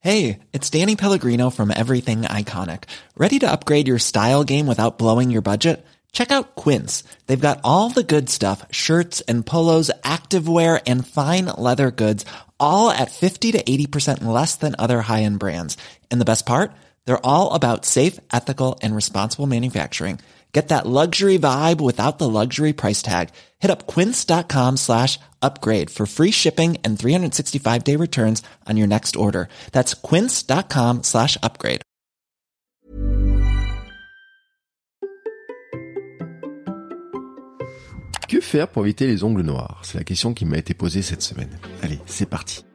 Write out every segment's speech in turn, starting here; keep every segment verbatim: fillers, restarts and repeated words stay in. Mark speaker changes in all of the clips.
Speaker 1: Hey, it's Danny Pellegrino from Everything Iconic. Ready to upgrade your style game without blowing your budget? Check out Quince. They've got all the good stuff, shirts and polos, activewear, and fine leather goods, all at fifty to eighty percent less than other high-end brands. And the best part? They're all about safe, ethical, and responsible manufacturing. Get that luxury vibe without the luxury price tag. Hit up quince.com slash upgrade for free shipping and three sixty-five day returns on your next order. That's quince.com slash upgrade.
Speaker 2: Que faire pour éviter les ongles noirs? C'est la question qui m'a été posée cette semaine. Allez, c'est parti.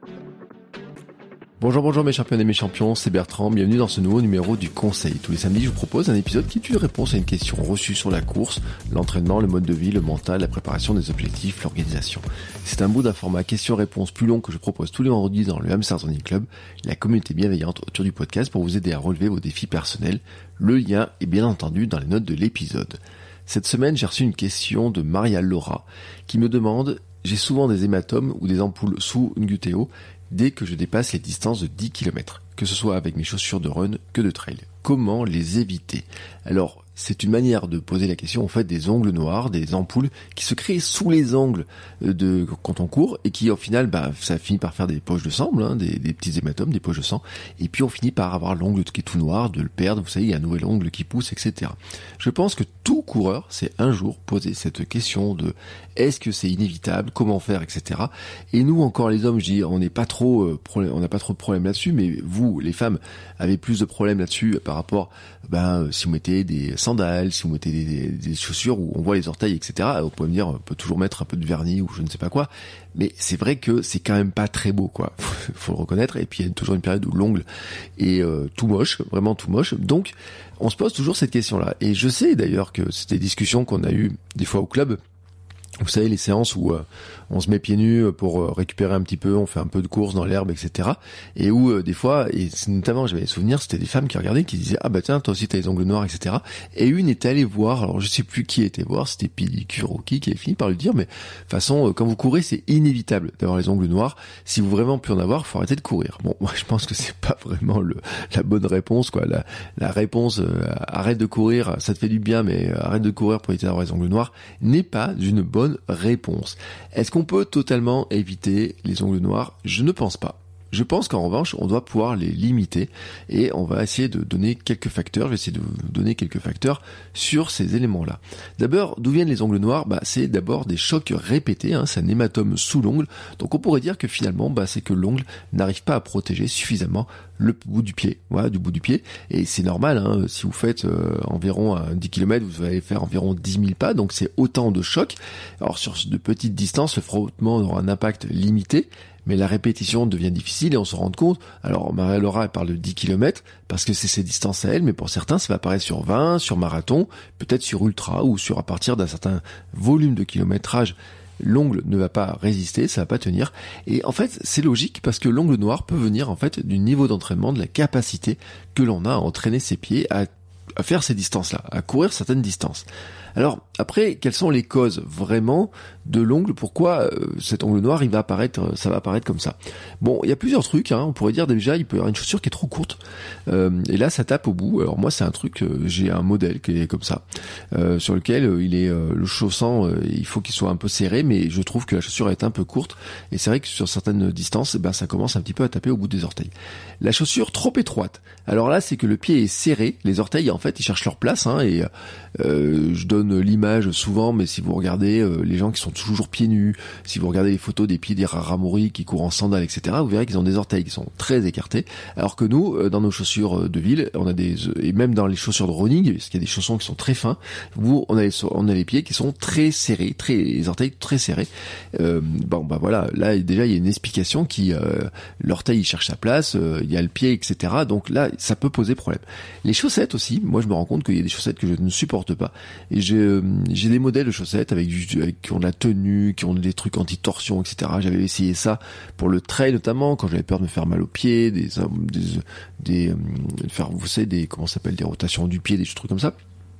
Speaker 2: Bonjour, bonjour mes champions et mes champions, c'est Bertrand, bienvenue dans ce nouveau numéro du Conseil. Tous les samedis, je vous propose un épisode qui est une réponse à une question reçue sur la course, l'entraînement, le mode de vie, le mental, la préparation des objectifs, l'organisation. C'est un bout d'un format question-réponse plus long que je propose tous les vendredis dans le Hamster Running Club, la communauté bienveillante autour du podcast pour vous aider à relever vos défis personnels. Le lien est bien entendu dans les notes de l'épisode. Cette semaine, j'ai reçu une question de Maria Laura qui me demande « J'ai souvent des hématomes ou des ampoules sous une glutéo dès que je dépasse les distances de dix kilomètres, que ce soit avec mes chaussures de run que de trail. Comment les éviter ?» Alors, c'est une manière de poser la question, en fait, des ongles noirs, des ampoules qui se créent sous les ongles de quand on court et qui, au final, bah, ça finit par faire des poches de sang, hein, des, des petits hématomes, des poches de sang, et puis on finit par avoir l'ongle qui est tout noir, de le perdre, vous savez, il y a un nouvel ongle qui pousse, et cetera. Je pense que tout coureur s'est un jour posé cette question de est-ce que c'est inévitable, comment faire, et cetera. Et nous, encore les hommes, je dis, on n'est pas trop, euh, problème, on n'a pas trop de problèmes là-dessus, mais vous, les femmes, avez plus de problèmes là-dessus par rapport, ben, si vous mettez des sandales, si vous mettez des, des, des chaussures où on voit les orteils, et cetera. Vous pouvez me dire, on peut toujours mettre un peu de vernis ou je ne sais pas quoi, mais c'est vrai que c'est quand même pas très beau, quoi. Faut le reconnaître. Et puis il y a toujours une période où l'ongle est euh, tout moche, vraiment tout moche. Donc on se pose toujours cette question-là. Et je sais d'ailleurs que c'est des discussions qu'on a eues des fois au club. Vous savez, les séances où euh, on se met pieds nus pour euh, récupérer un petit peu, on fait un peu de course dans l'herbe, et cetera. Et où euh, des fois, et notamment j'avais des souvenirs, c'était des femmes qui regardaient, qui disaient « Ah bah tiens, toi aussi t'as les ongles noirs, et cetera » Et une était allée voir, alors je sais plus qui était voir, c'était Pédicure ou qui, qui avait fini par lui dire « Mais de toute façon, euh, quand vous courez, c'est inévitable d'avoir les ongles noirs. Si vous vraiment plus en avoir, faut arrêter de courir. » Bon, moi je pense que c'est pas vraiment le, la bonne réponse, quoi. La, la réponse euh, « Arrête de courir, ça te fait du bien, mais arrête de courir pour éviter d'avoir les ongles noirs » n'est pas une bonne réponse. Est-ce qu'on peut totalement éviter les ongles noirs? Je ne pense pas. Je pense qu'en revanche, on doit pouvoir les limiter et on va essayer de donner quelques facteurs. Je vais essayer de vous donner quelques facteurs sur ces éléments-là. D'abord, d'où viennent les ongles noirs? Bah, c'est d'abord des chocs répétés. Hein, c'est un hématome sous l'ongle. Donc, on pourrait dire que finalement, bah, c'est que l'ongle n'arrive pas à protéger suffisamment le bout du pied, voilà, du bout du pied. Et c'est normal. Hein, si vous faites euh, environ euh, dix kilomètres, vous allez faire environ dix mille pas. Donc, c'est autant de chocs. Alors, sur de petites distances, le frottement aura un impact limité. Mais la répétition devient difficile et on se rend compte. Alors Maria-Laura elle parle de dix kilomètres parce que c'est ses distances à elle, mais pour certains ça va apparaître sur vingt, sur marathon, peut-être sur ultra ou sur à partir d'un certain volume de kilométrage. L'ongle ne va pas résister, ça va pas tenir. Et en fait, c'est logique parce que l'ongle noir peut venir en fait du niveau d'entraînement, de la capacité que l'on a à entraîner ses pieds à, à faire ces distances-là, à courir certaines distances. Alors après, quelles sont les causes vraiment de l'ongle? Pourquoi euh, cet ongle noir, il va apparaître, euh, ça va apparaître comme ça? Bon, il y a plusieurs trucs. Hein. On pourrait dire déjà, il peut y avoir une chaussure qui est trop courte, euh, et là, ça tape au bout. Alors moi, c'est un truc, euh, j'ai un modèle qui est comme ça, euh, sur lequel euh, il est euh, le chaussant, euh, il faut qu'il soit un peu serré, mais je trouve que la chaussure est un peu courte, et c'est vrai que sur certaines distances, ben ça commence un petit peu à taper au bout des orteils. La chaussure trop étroite. Alors là, c'est que le pied est serré, les orteils, en fait, ils cherchent leur place, hein, et euh, je donne l'image souvent, mais si vous regardez euh, les gens qui sont toujours pieds nus, si vous regardez les photos des pieds des raramuri qui courent en sandales, et cetera, vous verrez qu'ils ont des orteils qui sont très écartés, alors que nous, euh, dans nos chaussures de ville, on a des, et même dans les chaussures de running, parce qu'il y a des chaussons qui sont très fins, vous, on a les, on a les pieds qui sont très serrés, très, les orteils très serrés. Euh, bon, bah voilà, là déjà il y a une explication qui, euh, l'orteil il cherche sa place, euh, il y a le pied, et cetera. Donc là, ça peut poser problème. Les chaussettes aussi, moi je me rends compte qu'il y a des chaussettes que je ne supporte pas, et j'ai, euh, j'ai des modèles de chaussettes avec du, avec, qui ont de la tenue, qui ont des trucs anti-torsion, et cetera. J'avais essayé ça pour le trail notamment, quand j'avais peur de me faire mal aux pieds, des, des, des, euh, faire, vous savez, des, comment ça s'appelle, des rotations du pied, des trucs comme ça.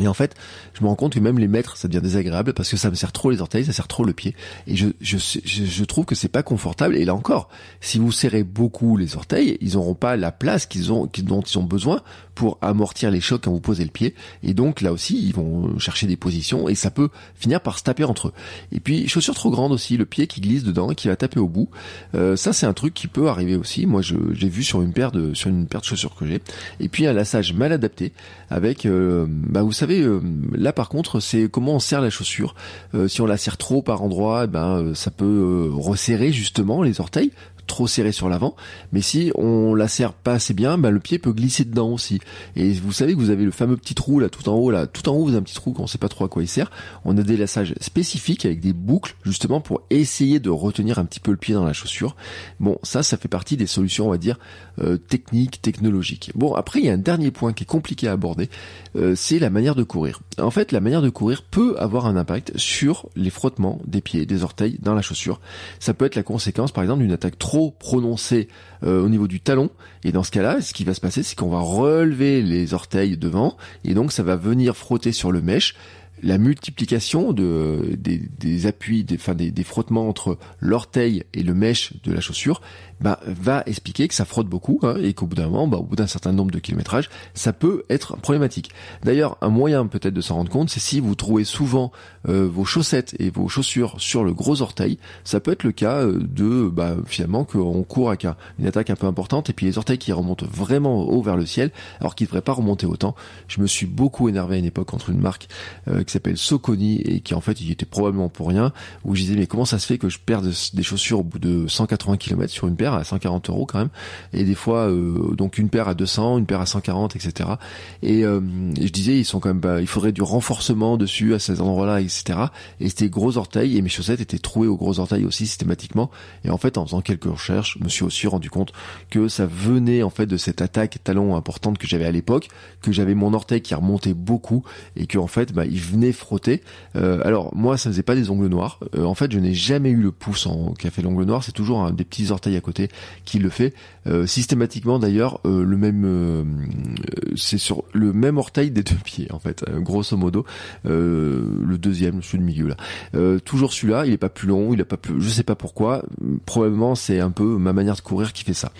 Speaker 2: Et en fait, je me rends compte que même les mettre, ça devient désagréable parce que ça me serre trop les orteils, ça serre trop le pied. Et je, je, je, je trouve que c'est pas confortable. Et là encore, si vous serrez beaucoup les orteils, ils n'auront pas la place qu'ils ont, dont ils ont besoin pour amortir les chocs quand vous posez le pied. Et donc là aussi, ils vont chercher des positions et ça peut finir par se taper entre eux. Et puis, chaussures trop grandes aussi, le pied qui glisse dedans et qui va taper au bout. Euh, ça, c'est un truc qui peut arriver aussi. Moi, je, j'ai vu sur une paire de, sur une paire de chaussures que j'ai. Et puis, un lassage mal adapté avec, euh, bah, vous savez, euh, là par contre, c'est comment on serre la chaussure. Euh, si on la serre trop par endroit, eh ben, euh, ça peut euh, resserrer justement les orteils, trop serré sur l'avant, mais si on la serre pas assez bien, ben le pied peut glisser dedans aussi. Et vous savez que vous avez le fameux petit trou là tout en haut, là tout en haut vous avez un petit trou qu'on sait pas trop à quoi il sert. On a des lassages spécifiques avec des boucles justement pour essayer de retenir un petit peu le pied dans la chaussure. Bon, ça, ça fait partie des solutions, on va dire euh, techniques, technologiques. Bon, après il y a un dernier point qui est compliqué à aborder, euh, c'est la manière de courir. En fait, la manière de courir peut avoir un impact sur les frottements des pieds, des orteils dans la chaussure. Ça peut être la conséquence, par exemple, d'une attaque trop prononcée euh, au niveau du talon, et dans ce cas-là, ce qui va se passer, c'est qu'on va relever les orteils devant, et donc ça va venir frotter sur le mèche. La multiplication de des, des appuis, des, enfin des, des frottements entre l'orteil et le mèche de la chaussure, bah, va expliquer que ça frotte beaucoup, hein, et qu'au bout d'un moment, bah, au bout d'un certain nombre de kilométrages, ça peut être problématique. D'ailleurs, un moyen peut-être de s'en rendre compte, c'est si vous trouvez souvent euh, vos chaussettes et vos chaussures sur le gros orteil, ça peut être le cas euh, de bah, finalement qu'on court avec un, une attaque un peu importante et puis les orteils qui remontent vraiment haut vers le ciel, alors qu'ils ne devraient pas remonter autant. Je me suis beaucoup énervé à une époque contre une marque euh, qui s'appelle Saucony et qui en fait il était probablement pour rien, où je disais mais comment ça se fait que je perde des chaussures au bout de cent quatre-vingts kilomètres sur une paire à cent quarante euros quand même, et des fois euh, donc une paire à deux cents, une paire à cent quarante, et cetera. Et, euh, et je disais ils sont quand même pas, il faudrait du renforcement dessus à ces endroits-là, et cetera. Et c'était gros orteils et mes chaussettes étaient trouées aux gros orteils aussi systématiquement. Et en fait en faisant quelques recherches, je me suis aussi rendu compte que ça venait en fait de cette attaque talon importante que j'avais à l'époque, que j'avais mon orteil qui remontait beaucoup et que en fait bah il venait frotter. Euh, alors moi ça faisait pas des ongles noirs. Euh, en fait je n'ai jamais eu le pouce en, qui a fait l'ongle noir. C'est toujours un des petits orteils à côté qui le fait. Euh, systématiquement d'ailleurs euh, le même, euh, c'est sur le même orteil des deux pieds en fait. Euh, grosso modo euh, le deuxième, celui du milieu là. Euh, toujours celui-là. Il est pas plus long. Il a pas plus. Je sais pas pourquoi. Probablement c'est un peu ma manière de courir qui fait ça.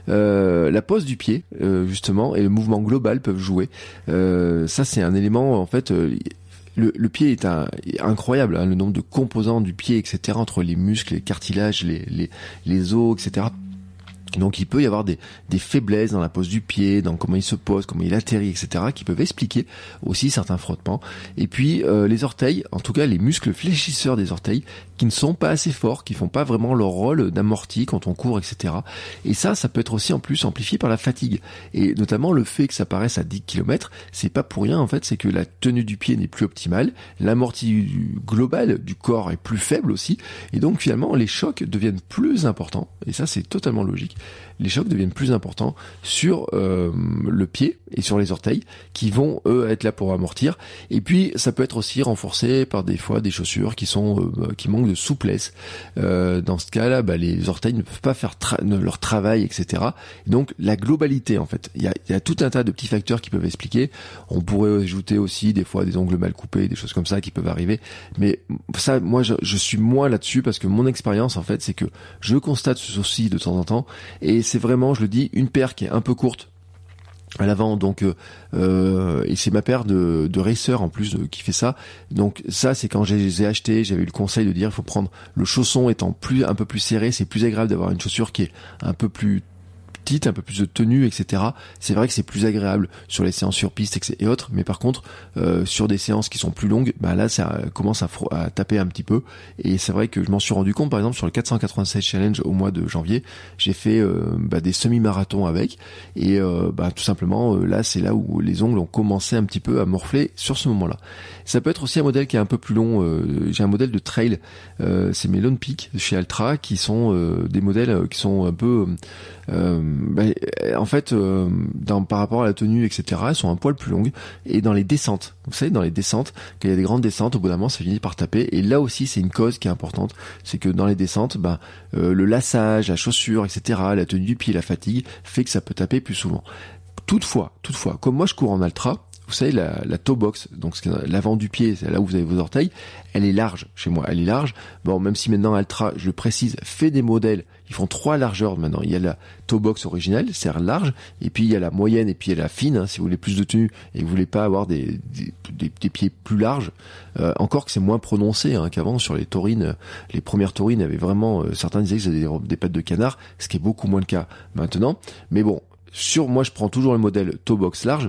Speaker 2: Euh, la pose du pied euh, justement et le mouvement global peuvent jouer. Euh, ça c'est un élément en fait. Euh, Le, le pied est, un, est incroyable, hein, le nombre de composants du pied, et cetera, entre les muscles, les cartilages, les, les, les os, et cetera. Donc il peut y avoir des, des faiblesses dans la pose du pied, dans comment il se pose, comment il atterrit, et cetera, qui peuvent expliquer aussi certains frottements. Et puis euh, les orteils, en tout cas les muscles fléchisseurs des orteils, qui ne sont pas assez forts, qui font pas vraiment leur rôle d'amorti quand on court, et cetera. Et ça, ça peut être aussi en plus amplifié par la fatigue. Et notamment le fait que ça paraisse à dix kilomètres, c'est pas pour rien en fait, c'est que la tenue du pied n'est plus optimale, l'amorti global du corps est plus faible aussi, et donc finalement les chocs deviennent plus importants, et ça c'est totalement logique. Les chocs deviennent plus importants sur euh, le pied et sur les orteils qui vont eux être là pour amortir. Et puis ça peut être aussi renforcé par des fois des chaussures qui sont euh, qui manquent de souplesse. Euh, dans ce cas-là, bah, les orteils ne peuvent pas faire tra- leur travail, et cetera. Et donc la globalité en fait, il y a, il y a tout un tas de petits facteurs qui peuvent expliquer. On pourrait ajouter aussi des fois des ongles mal coupés, des choses comme ça qui peuvent arriver. Mais ça, moi, je, je suis moins là-dessus parce que mon expérience en fait, c'est que je constate ce souci de temps en temps. Et c'est vraiment, je le dis, une paire qui est un peu courte à l'avant, donc euh, et c'est ma paire de, de racer en plus de, qui fait ça. Donc ça, c'est quand je les ai achetés, j'avais eu le conseil de dire il faut prendre le chausson étant plus un peu plus serré, c'est plus agréable d'avoir une chaussure qui est un peu plus petite, un peu plus de tenue, et cetera. C'est vrai que c'est plus agréable sur les séances sur piste et autres, mais par contre euh, sur des séances qui sont plus longues, bah là ça commence à, fro- à taper un petit peu. Et c'est vrai que je m'en suis rendu compte, par exemple sur le quatre cent quatre-vingt-seize challenge au mois de janvier, j'ai fait euh, bah, des semi-marathons avec, et euh, bah tout simplement euh, là c'est là où les ongles ont commencé un petit peu à morfler sur ce moment-là. Ça peut être aussi un modèle qui est un peu plus long. Euh, j'ai un modèle de trail, euh, c'est mes Lone Peak de chez Altra, qui sont euh, des modèles euh, qui sont un peu euh, bah, en fait euh, dans, par rapport à la tenue, et cetera, elles sont un poil plus longues. Et dans les descentes, vous savez, dans les descentes, quand il y a des grandes descentes, au bout d'un moment ça finit par taper. Et là aussi c'est une cause qui est importante, c'est que dans les descentes, bah, euh, le lassage, la chaussure, et cetera, la tenue du pied, la fatigue fait que ça peut taper plus souvent. Toutefois, toutefois, comme moi je cours en ultra, vous savez, la, la toe box, donc l'avant du pied, c'est là où vous avez vos orteils, elle est large chez moi, elle est large. Bon, même si maintenant Altra, je le précise, fait des modèles, ils font trois largeurs maintenant. Il y a la toe box originale, c'est large, et puis il y a la moyenne, et puis il y a la fine, hein, si vous voulez plus de tenue, et que vous voulez pas avoir des, des, des, des pieds plus larges. Euh, encore que c'est moins prononcé hein, qu'avant sur les taurines. Les premières taurines avaient vraiment, euh, certains disaient que c'était des, des pattes de canard, ce qui est beaucoup moins le cas maintenant. Mais bon, sur moi, je prends toujours le modèle toe box large.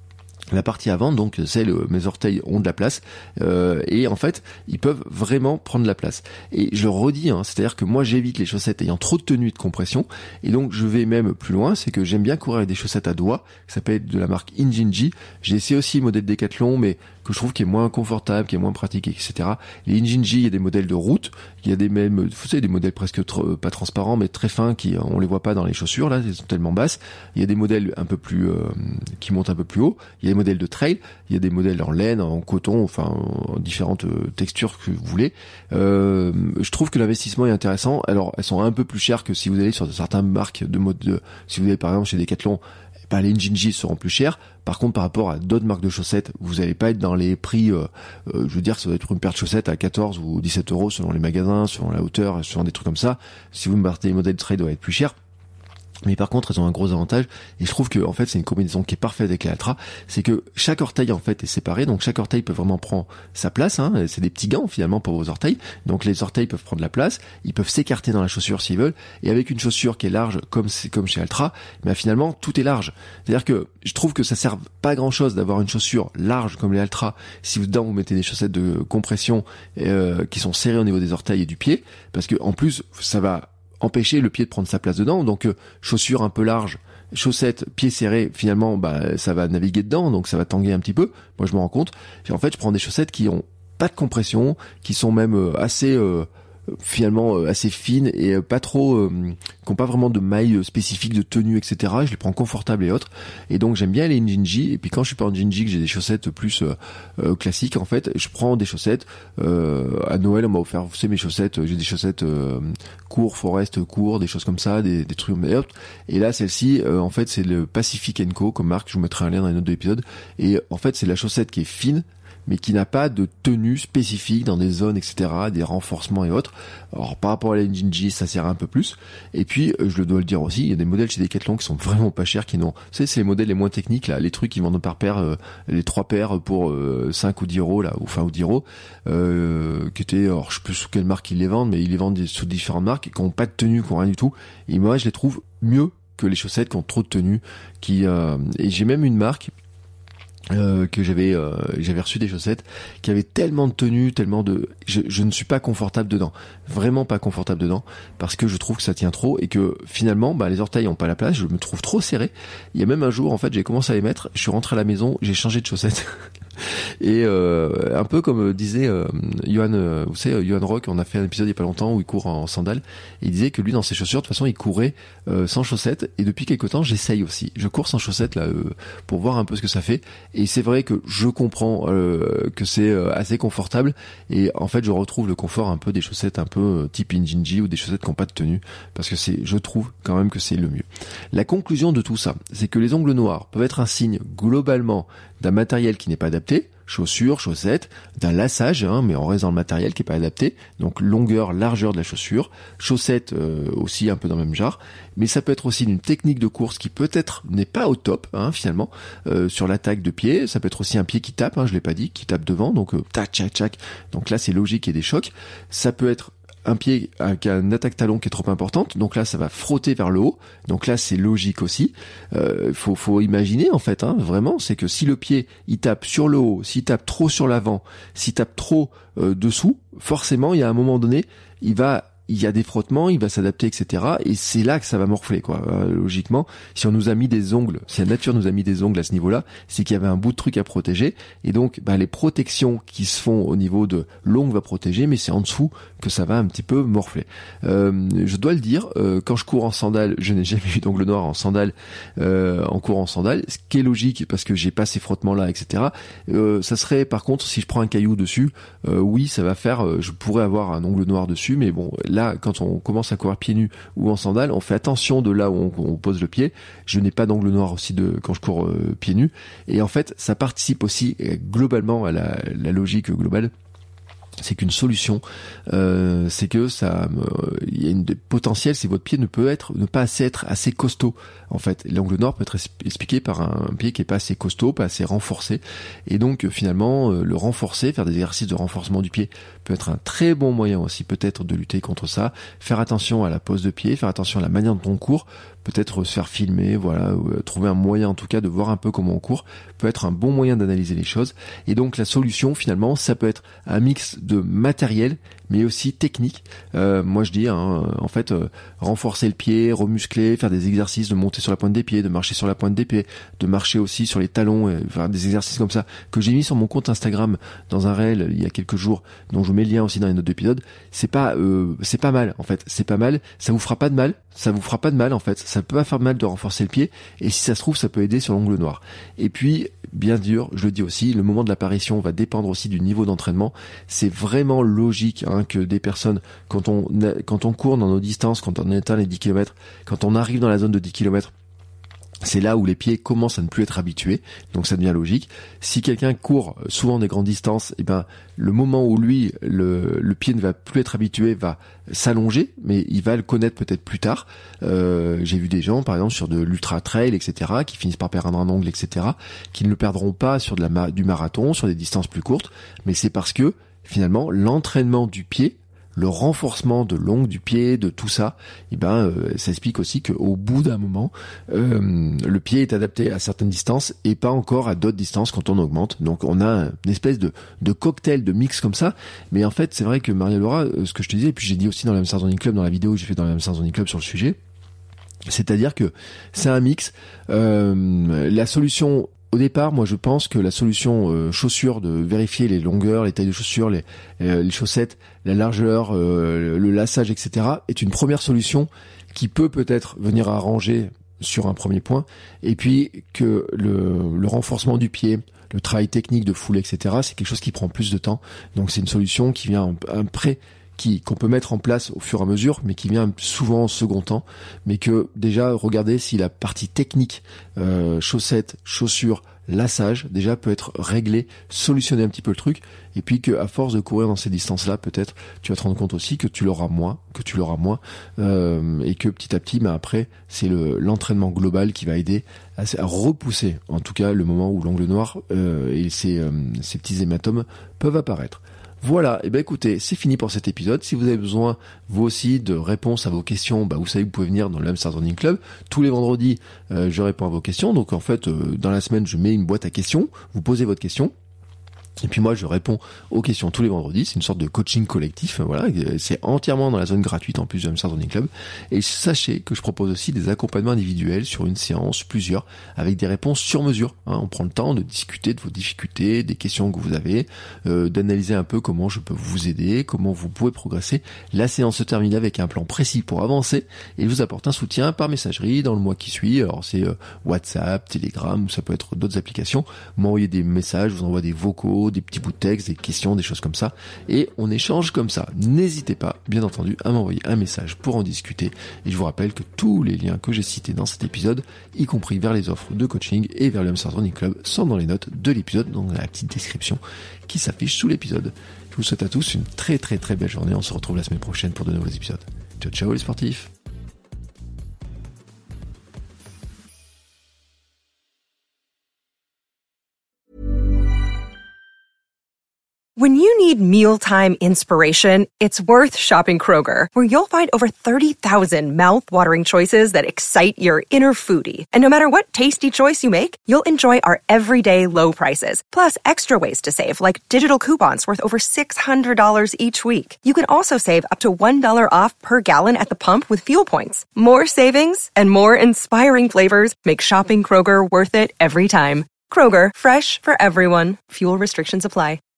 Speaker 2: La partie avant, donc, c'est le, mes orteils ont de la place, euh, et en fait, ils peuvent vraiment prendre de la place. Et je le redis, hein, c'est-à-dire que moi, j'évite les chaussettes ayant trop de tenue et de compression, et donc je vais même plus loin, c'est que j'aime bien courir avec des chaussettes à doigts, qui s'appellent de la marque Injinji. J'ai essayé aussi le modèle Decathlon, mais que je trouve qui est moins confortable, qui est moins pratique, et cetera. Les Injinji, il y a des modèles de route, il y a des mêmes, vous savez, des modèles presque tr- pas transparents, mais très fins, qui on les voit pas dans les chaussures, là, ils sont tellement basses. Il y a des modèles un peu plus, euh, qui montent un peu plus haut. Il y a des modèles de trail, il y a des modèles en laine, en coton, enfin, en différentes textures que vous voulez. Euh, je trouve que l'investissement est intéressant. Alors, elles sont un peu plus chères que si vous allez sur certaines marques de mode, de, si vous allez par exemple chez Decathlon, bah, les Injinji seront plus chers. Par contre, par rapport à d'autres marques de chaussettes, vous n'allez pas être dans les prix, euh, euh, je veux dire, ça va être une paire de chaussettes à quatorze ou dix-sept euros selon les magasins, selon la hauteur, selon des trucs comme ça. Si vous me partez les modèles trail, doit être plus cher. Mais par contre, elles ont un gros avantage, et je trouve que en fait c'est une combinaison qui est parfaite avec les Altra, c'est que chaque orteil en fait est séparé, donc chaque orteil peut vraiment prendre sa place, hein, c'est des petits gants finalement pour vos orteils, donc les orteils peuvent prendre la place, ils peuvent s'écarter dans la chaussure s'ils veulent, et avec une chaussure qui est large comme c'est comme chez Altra, mais finalement tout est large. C'est-à-dire que je trouve que ça sert pas à grand chose d'avoir une chaussure large comme les Altra si vous dedans vous mettez des chaussettes de compression euh, qui sont serrées au niveau des orteils et du pied, parce que en plus ça va empêcher le pied de prendre sa place dedans, donc euh, chaussures un peu larges, chaussettes, pieds serrés, finalement bah ça va naviguer dedans, donc ça va tanguer un petit peu. Moi je me rends compte, et en fait je prends des chaussettes qui ont pas de compression, qui sont même euh, assez euh, finalement euh, assez fines et euh, pas trop euh, qui ont pas vraiment de mailles spécifiques de tenue, etc. Je les prends confortables et autres, et donc j'aime bien les Injinji. Et puis quand je suis pas en Injinji, que j'ai des chaussettes plus euh, euh, classiques, en fait je prends des chaussettes euh, à Noël on m'a offert, vous savez, mes chaussettes, j'ai des chaussettes euh, court, forest court, des choses comme ça, des, des trucs et autres. Et là celle-ci euh, en fait c'est le Pacific and Co comme marque, je vous mettrai un lien dans les notes de l'épisode, et en fait c'est la chaussette qui est fine mais qui n'a pas de tenue spécifique dans des zones, et cetera, des renforcements et autres. Alors par rapport à la Injinji, ça sert un peu plus. Et puis, je le dois le dire aussi, il y a des modèles chez Decathlon qui sont vraiment pas chers, qui n'ont, vous savez, c'est les modèles les moins techniques, là, les trucs qui vendent par paire, euh, les trois paires pour euh, cinq ou dix euros, là, ou enfin, ou dix euros, euh, qui étaient, alors je sais plus sous quelle marque ils les vendent, mais ils les vendent sous différentes marques, qui n'ont pas de tenue, qui n'ont rien du tout. Et moi, je les trouve mieux que les chaussettes qui ont trop de tenue, qui, euh, et j'ai même une marque, Euh, que j'avais euh, j'avais reçu des chaussettes qui avaient tellement de tenue, tellement de je, je ne suis pas confortable dedans, vraiment pas confortable dedans, parce que je trouve que ça tient trop et que finalement bah les orteils ont pas la place, je me trouve trop serré. Il y a même un jour en fait j'ai commencé à les mettre, je suis rentré à la maison, j'ai changé de chaussettes et euh, un peu comme disait euh, Johan, euh, vous savez Johan Rock, on a fait un épisode il y a pas longtemps où il court en sandales, et il disait que lui dans ses chaussures de toute façon il courait euh, sans chaussettes, et depuis quelque temps j'essaye aussi, je cours sans chaussettes là euh, pour voir un peu ce que ça fait. Et c'est vrai que je comprends euh, que c'est euh, assez confortable, et en fait je retrouve le confort un peu des chaussettes un peu euh, type Injinji ou des chaussettes qui n'ont pas de tenue, parce que c'est, je trouve quand même que c'est le mieux. La conclusion de tout ça, c'est que les ongles noirs peuvent être un signe globalement d'un matériel qui n'est pas adapté, chaussures, chaussettes, d'un lassage, hein, mais on reste dans le matériel qui est pas adapté, donc longueur, largeur de la chaussure, chaussettes euh, aussi un peu dans le même genre, mais ça peut être aussi d'une technique de course qui peut-être n'est pas au top, hein, finalement, euh, sur l'attaque de pied, ça peut être aussi un pied qui tape, hein, je l'ai pas dit, qui tape devant, donc euh, tac, tac, tac, donc là c'est logique qu'il y ait des chocs, ça peut être un pied qui a une attaque talon qui est trop importante, donc là ça va frotter vers le haut, donc là c'est logique aussi. Euh, faut faut imaginer en fait, hein, vraiment, c'est que si le pied il tape sur le haut, s'il tape trop sur l'avant, s'il tape trop euh, dessous, forcément il y a un moment donné, il va il y a des frottements, il va s'adapter, et cetera. Et c'est là que ça va morfler, quoi. Euh, logiquement, si on nous a mis des ongles, si la nature nous a mis des ongles à ce niveau-là, c'est qu'il y avait un bout de truc à protéger. Et donc, bah, les protections qui se font au niveau de l'ongle va protéger, mais c'est en dessous que ça va un petit peu morfler. Euh, je dois le dire, euh, quand je cours en sandales, je n'ai jamais eu d'ongles noirs en sandales, euh, en courant en sandales, ce qui est logique parce que j'ai pas ces frottements-là, et cetera. Euh, ça serait, par contre, si je prends un caillou dessus, euh, oui, ça va faire, euh, je pourrais avoir un ongle noir dessus, mais bon, là, quand on commence à courir pieds nus ou en sandales, on fait attention de là où on, on pose le pied. Je n'ai pas d'angle noir aussi de quand je cours euh, pieds nus. Et en fait, ça participe aussi euh, globalement à la, la logique globale. C'est qu'une solution, euh, c'est que ça, il euh, y a une potentiel, c'est votre pied ne peut être, ne pas assez être assez costaud. En fait, l'angle noir peut être expliqué par un pied qui est pas assez costaud, pas assez renforcé, et donc finalement euh, le renforcer, faire des exercices de renforcement du pied peut être un très bon moyen aussi, peut-être de lutter contre ça. Faire attention à la pose de pied, faire attention à la manière dont on court, peut-être se faire filmer, voilà, ou, euh, trouver un moyen en tout cas de voir un peu comment on court, peut être un bon moyen d'analyser les choses. Et donc la solution finalement, ça peut être un mix de matériel, mais aussi technique. Euh, moi je dis, hein, en fait, euh, renforcer le pied, remuscler, faire des exercices de monter sur la pointe des pieds, de marcher sur la pointe des pieds, de marcher aussi sur les talons, et faire des exercices comme ça que j'ai mis sur mon compte Instagram dans un réel il y a quelques jours, dont je vous mets le lien aussi dans les notes d'épisode. C'est pas, euh, c'est pas mal en fait, c'est pas mal. Ça vous fera pas de mal, ça vous fera pas de mal en fait. Ça peut pas faire mal de renforcer le pied, et si ça se trouve, ça peut aider sur l'angle noir. Et puis, bien dur, je le dis aussi, le moment de l'apparition va dépendre aussi du niveau d'entraînement. C'est vraiment logique hein, que des personnes, quand on quand on court dans nos distances, quand on atteint les dix kilomètres, quand on arrive dans la zone de dix kilomètres, c'est là où les pieds commencent à ne plus être habitués, donc ça devient logique. Si quelqu'un court souvent des grandes distances, eh ben le moment où lui le, le pied ne va plus être habitué va s'allonger, mais il va le connaître peut-être plus tard. Euh, j'ai vu des gens, par exemple, sur de l'ultra trail, et cetera, qui finissent par perdre un ongle, et cetera, qui ne le perdront pas sur de la du marathon, sur des distances plus courtes, mais c'est parce que finalement l'entraînement du pied, le renforcement de l'ongle du pied, de tout ça, eh ben, euh, ça explique aussi qu'au bout d'un moment, euh, le pied est adapté à certaines distances et pas encore à d'autres distances quand on augmente. Donc on a une espèce de, de cocktail, de mix comme ça. Mais en fait, c'est vrai que Maria-Laura, ce que je te disais, et puis j'ai dit aussi dans le Hamsters Running Club, dans la vidéo que j'ai fait dans le Hamsters Running Club sur le sujet, c'est-à-dire que c'est un mix. Euh, la solution Au départ, moi je pense que la solution euh, chaussures, de vérifier les longueurs, les tailles de chaussures, les, euh, les chaussettes, la largeur, euh, le lassage, et cetera, est une première solution qui peut peut-être venir arranger sur un premier point, et puis que le, le renforcement du pied, le travail technique de foulée, et cetera, c'est quelque chose qui prend plus de temps. Donc c'est une solution qui vient un pré qui qu'on peut mettre en place au fur et à mesure, mais qui vient souvent en second temps, mais que déjà regardez si la partie technique, euh, chaussettes, chaussures, lassage, déjà peut être réglée, solutionner un petit peu le truc, et puis que à force de courir dans ces distances-là, peut-être tu vas te rendre compte aussi que tu l'auras moins, que tu l'auras moins, euh, et que petit à petit, ben après, c'est le l'entraînement global qui va aider à, à repousser, en tout cas, le moment où l'angle noir euh, et ces, euh, ces petits hématomes peuvent apparaître. Voilà, et ben écoutez, c'est fini pour cet épisode. Si vous avez besoin, vous aussi, de réponses à vos questions, bah vous savez, vous pouvez venir dans le Hamsters Running Club. Tous les vendredis, euh, je réponds à vos questions. Donc en fait, euh, dans la semaine, je mets une boîte à questions. Vous posez votre question. Et puis moi, je réponds aux questions tous les vendredis. C'est une sorte de coaching collectif. Voilà, c'est entièrement dans la zone gratuite en plus du Hamsters Running Club. Et sachez que je propose aussi des accompagnements individuels sur une séance, plusieurs, avec des réponses sur mesure. Hein, on prend le temps de discuter de vos difficultés, des questions que vous avez, euh, d'analyser un peu comment je peux vous aider, comment vous pouvez progresser. La séance se termine avec un plan précis pour avancer et je vous apporte un soutien par messagerie dans le mois qui suit. Alors c'est euh, WhatsApp, Telegram, ou ça peut être d'autres applications. Vous m'envoyez des messages, je vous envoie des vocaux, des petits bouts de texte, des questions, des choses comme ça, et on échange comme ça. N'hésitez pas, bien entendu, à m'envoyer un message pour en discuter, et je vous rappelle que tous les liens que j'ai cités dans cet épisode, y compris vers les offres de coaching et vers le Hamsters Running Club, sont dans les notes de l'épisode, dans la petite description qui s'affiche sous l'épisode. Je vous souhaite à tous une très très très belle journée, on se retrouve la semaine prochaine pour de nouveaux épisodes. Ciao ciao les sportifs.
Speaker 3: When you need mealtime inspiration, it's worth shopping Kroger, where you'll find over thirty thousand mouth-watering choices that excite your inner foodie. And no matter what tasty choice you make, you'll enjoy our everyday low prices, plus extra ways to save, like digital coupons worth over six hundred dollars each week. You can also save up to one dollar off per gallon at the pump with fuel points. More savings and more inspiring flavors make shopping Kroger worth it every time. Kroger, fresh for everyone. Fuel restrictions apply.